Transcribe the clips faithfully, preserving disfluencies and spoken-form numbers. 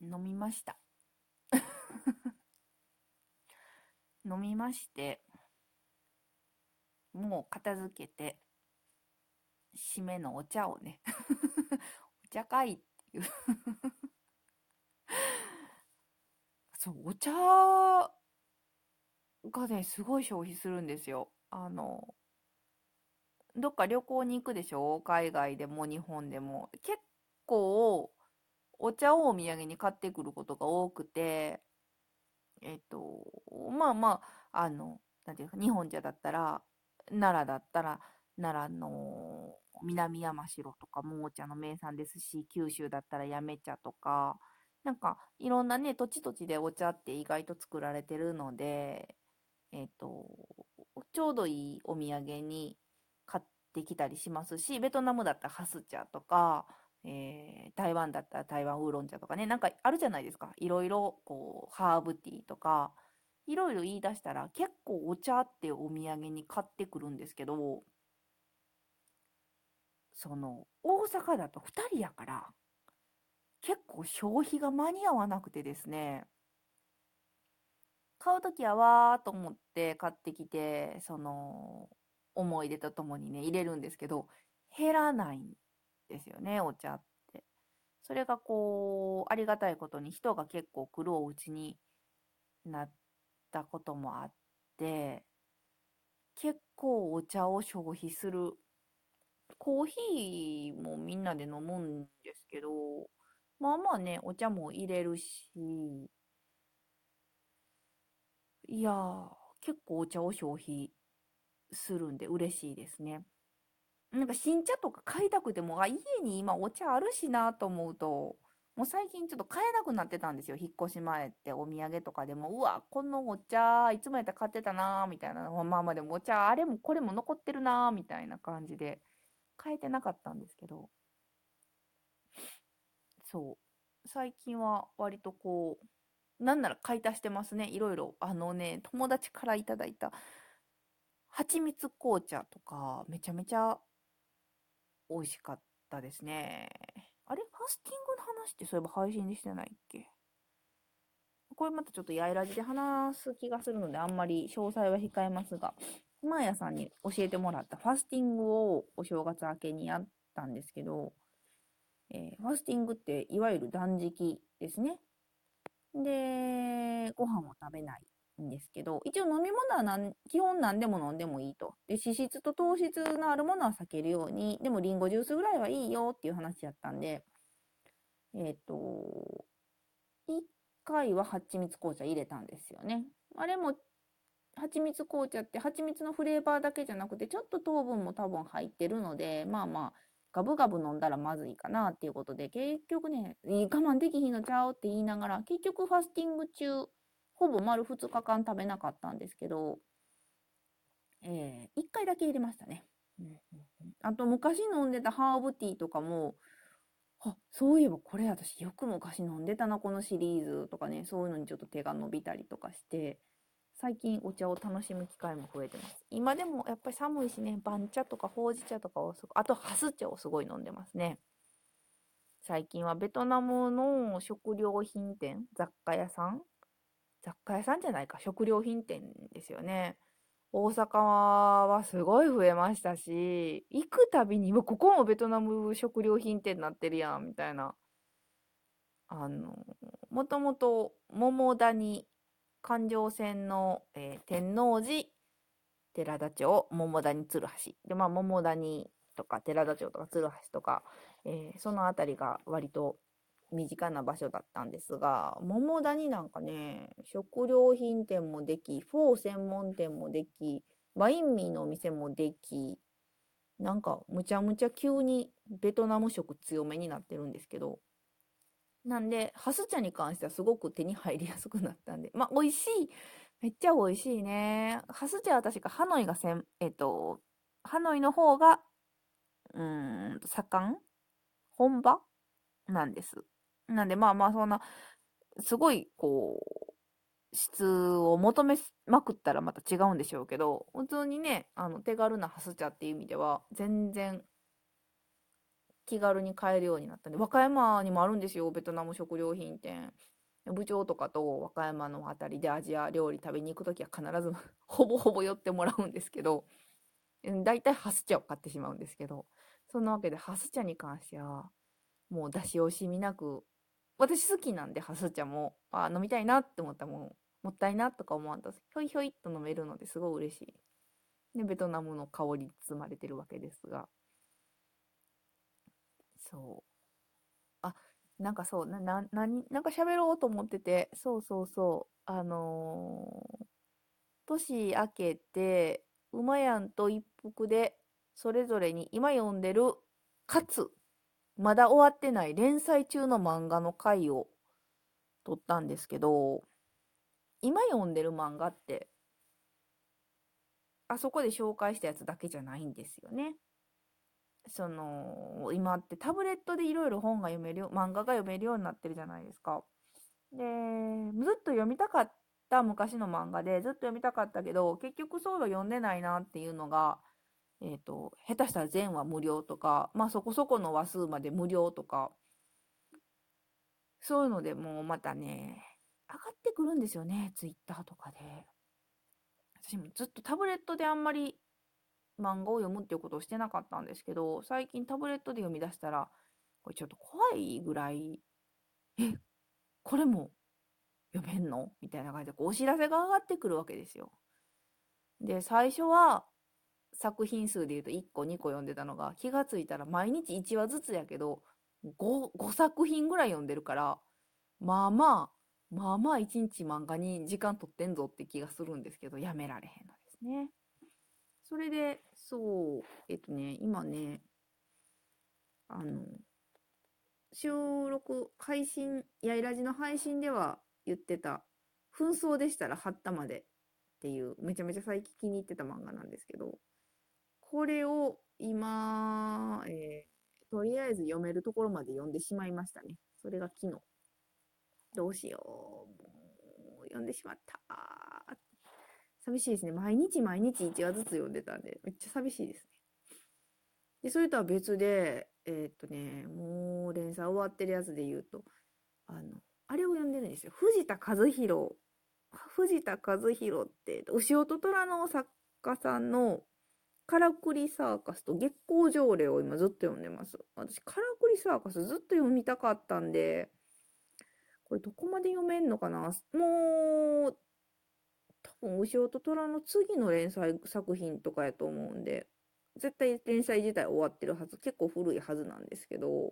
飲みました。飲みまして、もう片付けて、締めのお茶をね、お茶会っていう。そう、お茶がね、すごい消費するんですよ。あの、どっか旅行に行くでしょ、海外でも日本でも。結構、お茶をお土産に買ってくることが多くて、えっと、まあまあ、あの、なんていうか、日本茶だったら、奈良だったら、奈良の南山城とかもお茶の名産ですし、九州だったら八女茶とか、なんかいろんなね、土地土地でお茶って意外と作られてるので、えっと、ちょうどいいお土産に買ってきたりしますし、ベトナムだったらハス茶とか、えー台湾だったら台湾ウーロン茶とかね、なんかあるじゃないですか。いろいろ、こう、ハーブティーとか、いろいろ言い出したら、結構お茶ってお土産に買ってくるんですけど、その、大阪だとふたりやから、結構消費が間に合わなくてですね、買うときはわーと思って買ってきて、その、思い出とともにね、入れるんですけど、減らないんですよね、お茶って。それがこう、ありがたいことに人が結構来るお家になったこともあって、結構お茶を消費する。コーヒーもみんなで飲むんですけど、まあまあね、お茶も入れるし、いやー、結構お茶を消費するんで嬉しいですね。なんか新茶とか買いたくても、あ、家に今お茶あるしなと思うと、もう最近ちょっと買えなくなってたんですよ。引っ越し前ってお土産とかでも、うわ、このお茶、いつもやったら買ってたなーみたいな。まあまあでもお茶、あれもこれも残ってるなーみたいな感じで、買えてなかったんですけど、そう。最近は割とこう、なんなら買い足してますね。いろいろ。あのね、友達からいただいた蜂蜜紅茶とか、めちゃめちゃ美味しかったですね。あれ、ファスティングの話ってそういえば配信でしてないっけ？これまたちょっとやいらじで話す気がするので、あんまり詳細は控えますが、マーヤさんに教えてもらったファスティングをお正月明けにやったんですけど、えーファスティングっていわゆる断食ですね。で、ご飯を食べないんですけど、一応飲み物はなん基本何でも飲んでもいいと。で、脂質と糖質のあるものは避けるように、でもリンゴジュースぐらいはいいよっていう話やったんで、えっと、いっかいは蜂蜜紅茶入れたんですよね。あれも蜂蜜紅茶って蜂蜜のフレーバーだけじゃなくてちょっと糖分も多分入ってるので、まあまあガブガブ飲んだらまずいかなっていうことで、結局ね、我慢できひんのちゃうって言いながら、結局ファスティング中ほぼ丸ふつかかん食べなかったんですけど、えー、いっかいだけ入れましたね。うんうんうん、あと昔飲んでたハーブティーとかも、あ、そういえばこれ私よく昔飲んでたな、このシリーズとかね、そういうのにちょっと手が伸びたりとかして、最近お茶を楽しむ機会も増えてます。今でもやっぱり寒いしね、番茶とかほうじ茶とかをすごあとハス茶をすごい飲んでますね。最近はベトナムの食料品店、雑貨屋さん雑貨屋さんじゃないか、食料品店ですよね。大阪はすごい増えましたし、行くたびに、うわここもベトナム食料品店になってるやん、みたいな。あの、もともと桃谷環状線の、えー天王寺寺田町、桃谷鶴橋。で、まあ、桃谷とか寺田町とか鶴橋とか、えーそのあたりが割と身近な場所だったんですが、桃谷なんかね、食料品店もでき、フォー専門店もでき、ワインミーのお店もでき、なんかむちゃむちゃ急にベトナム食強めになってるんですけど、なんで、ハス茶に関してはすごく手に入りやすくなったんで、まあ、美味しい。めっちゃ美味しいね。ハス茶は確かハノイがせん、えっと、ハノイの方が、うーんと、盛ん本場なんです。なんで、まあまあ、そんな、すごい、こう、質を求めまくったらまた違うんでしょうけど、普通にね、あの、手軽なハス茶っていう意味では、全然気軽に買えるようになったんで、和歌山にもあるんですよ、ベトナム食料品店。部長とかと和歌山のあたりでアジア料理食べに行くときは必ずほぼほぼ寄ってもらうんですけど、うん大体ハス茶を買ってしまうんですけど、そんなわけでハス茶に関しては、もう出し惜しみなく、私好きなんでハス茶も、あ、飲みたいなって思ったらもう、もったいなとか思わんと、ひょいひょいっと飲めるのですごい嬉しい。で、ベトナムの香りに包まれてるわけですが、そう。あ、なんかそう、な、な、なに、なんか喋ろうと思ってて、そうそうそう、あのー年明けて、馬やんと一服で、それぞれに今読んでる、かつ、まだ終わってない連載中の漫画の回を撮ったんですけど、今読んでる漫画って、あそこで紹介したやつだけじゃないんですよね。その、今ってタブレットでいろいろ本が読めるよ、漫画が読めるようになってるじゃないですか。で、ずっと読みたかった昔の漫画で、ずっと読みたかったけど、結局そういえば読んでないなっていうのが、えっと、下手したら全話無料とか、まあそこそこの話数まで無料とか、そういうのでもうまたね、上がってくるんですよね、ツイッターとかで。私もずっとタブレットであんまり漫画を読むっていうことをしてなかったんですけど、最近タブレットで読み出したら、これちょっと怖いぐらい、え、これも読めんのみたいな感じでこうお知らせが上がってくるわけですよ。で、最初は作品数で言うといっこにこ読んでたのが、気がついたら毎日いちわずつやけど 5, ご作品ぐらい読んでるから、まあまあまあまあいちにち漫画に時間取ってんぞって気がするんですけど、やめられへんのですね。それで、そう、えっとね、今ね、あの、収録、配信、やいらじの配信では言ってた、紛争でしたらはったまでっていう、めちゃめちゃ最近気に入ってた漫画なんですけど、これを今、えーとりあえず読めるところまで読んでしまいましたね。それが昨日。どうしよう。もう読んでしまった。寂しいですね。毎日毎日いちわずつ読んでたんで、めっちゃ寂しいですね。で、それとは別で、えーっとね、もう連載終わってるやつで言うと、あの、あれを読んでるんですよ。藤田和弘。藤田和弘って、牛音虎の作家さんのからくりサーカスと月光条例を今ずっと読んでます。私、からくりサーカスずっと読みたかったんで、これどこまで読めんのかな。もう、多分、牛音虎の次の連載作品とかやと思うんで、絶対連載自体終わってるはず、結構古いはずなんですけど、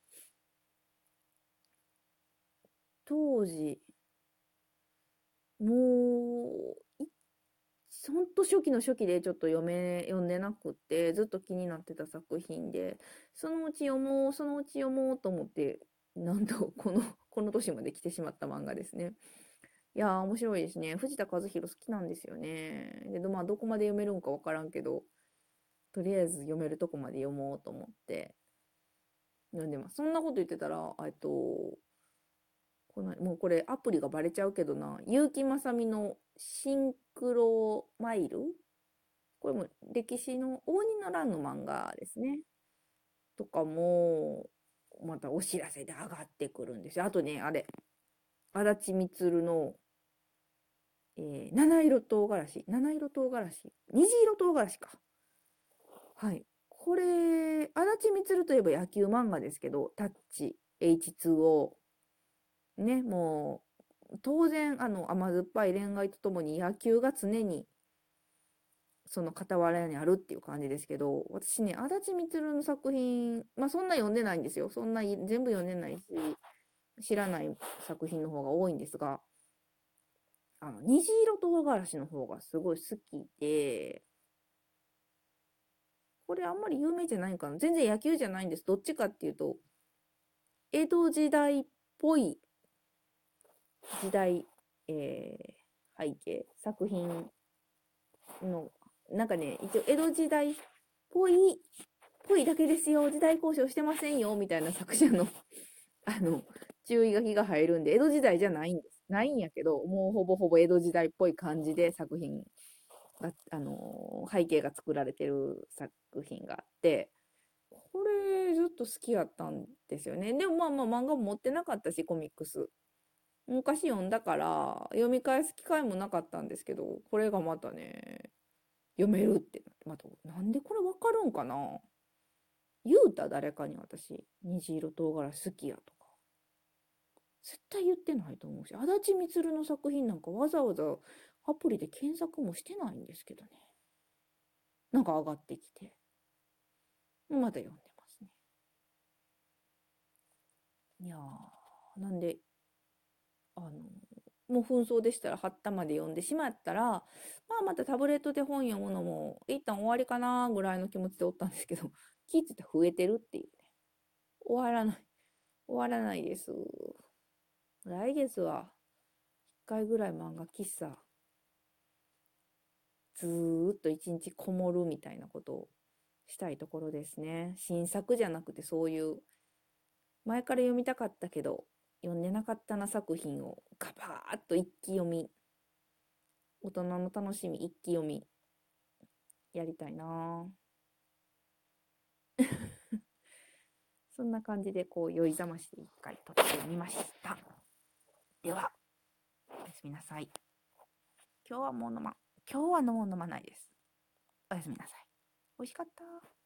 当時、もう、ほんと初期の初期でちょっと読め、読んでなくって、ずっと気になってた作品で、そのうち読もう、そのうち読もうと思って、なんと、この、この年まで来てしまった漫画ですね。いやー、面白いですね。藤田和弘好きなんですよね。で、まあ、どこまで読めるんかわからんけど、とりあえず読めるとこまで読もうと思って読んでます。そんなこと言ってたら、えっと、この、もうこれアプリがバレちゃうけどな、結城まさみのシンクロマイル、これも歴史の応仁の乱の漫画ですね。とかも、またお知らせで上がってくるんですよ。あとね、あれ、足立みつるの、えー七色唐辛子、七色唐辛子、虹色唐辛子か。はい。これ、足立みつるといえば野球漫画ですけど、タッチ、エイチツーオー、ね、もう、当然、あの、甘酸っぱい恋愛とともに野球が常にその傍らにあるっていう感じですけど、私ね、足立みつるの作品、まあそんな読んでないんですよ。そんな全部読んでないし、知らない作品の方が多いんですが、あの、虹色唐辛子の方がすごい好きで、これあんまり有名じゃないんかな。全然野球じゃないんです。どっちかっていうと、江戸時代っぽい時代、えー背景、作品の、なんかね、一応江戸時代っぽいぽいだけですよ、時代交渉してませんよ、みたいな作者のあの、注意書きが入るんで、江戸時代じゃないんです。ないんやけど、もうほぼほぼ江戸時代っぽい感じで作品が、あのー背景が作られてる作品があって、これずずっと好きやったんですよね。でもまあまあ漫画も持ってなかったし、コミックス。昔読んだから、読み返す機会もなかったんですけど、これがまたね、読めるってなって、また、なんでこれわかるんかな。言うた誰かに私、虹色唐辛子好きやとか。絶対言ってないと思うし、足立みつるの作品なんかわざわざアプリで検索もしてないんですけどね。なんか上がってきて。まだ読んでますね。いやー、なんで、あの、もう紛争でしたらはったまで読んでしまったら、まあまたタブレットで本読むのも一旦終わりかなぐらいの気持ちでおったんですけど、気づいたら増えてるっていうね。終わらない。終わらないです。来月は一回ぐらい漫画喫茶、ずーっと一日こもるみたいなことをしたいところですね。新作じゃなくてそういう前から読みたかったけど読んでなかったな作品をガバーッと一気読み、大人の楽しみ一気読みやりたいな。そんな感じでこう酔いざましで一回撮ってみました。ではおやすみなさい。今日はもう飲ま今日はもう飲まないです。おやすみなさい。美味しかった。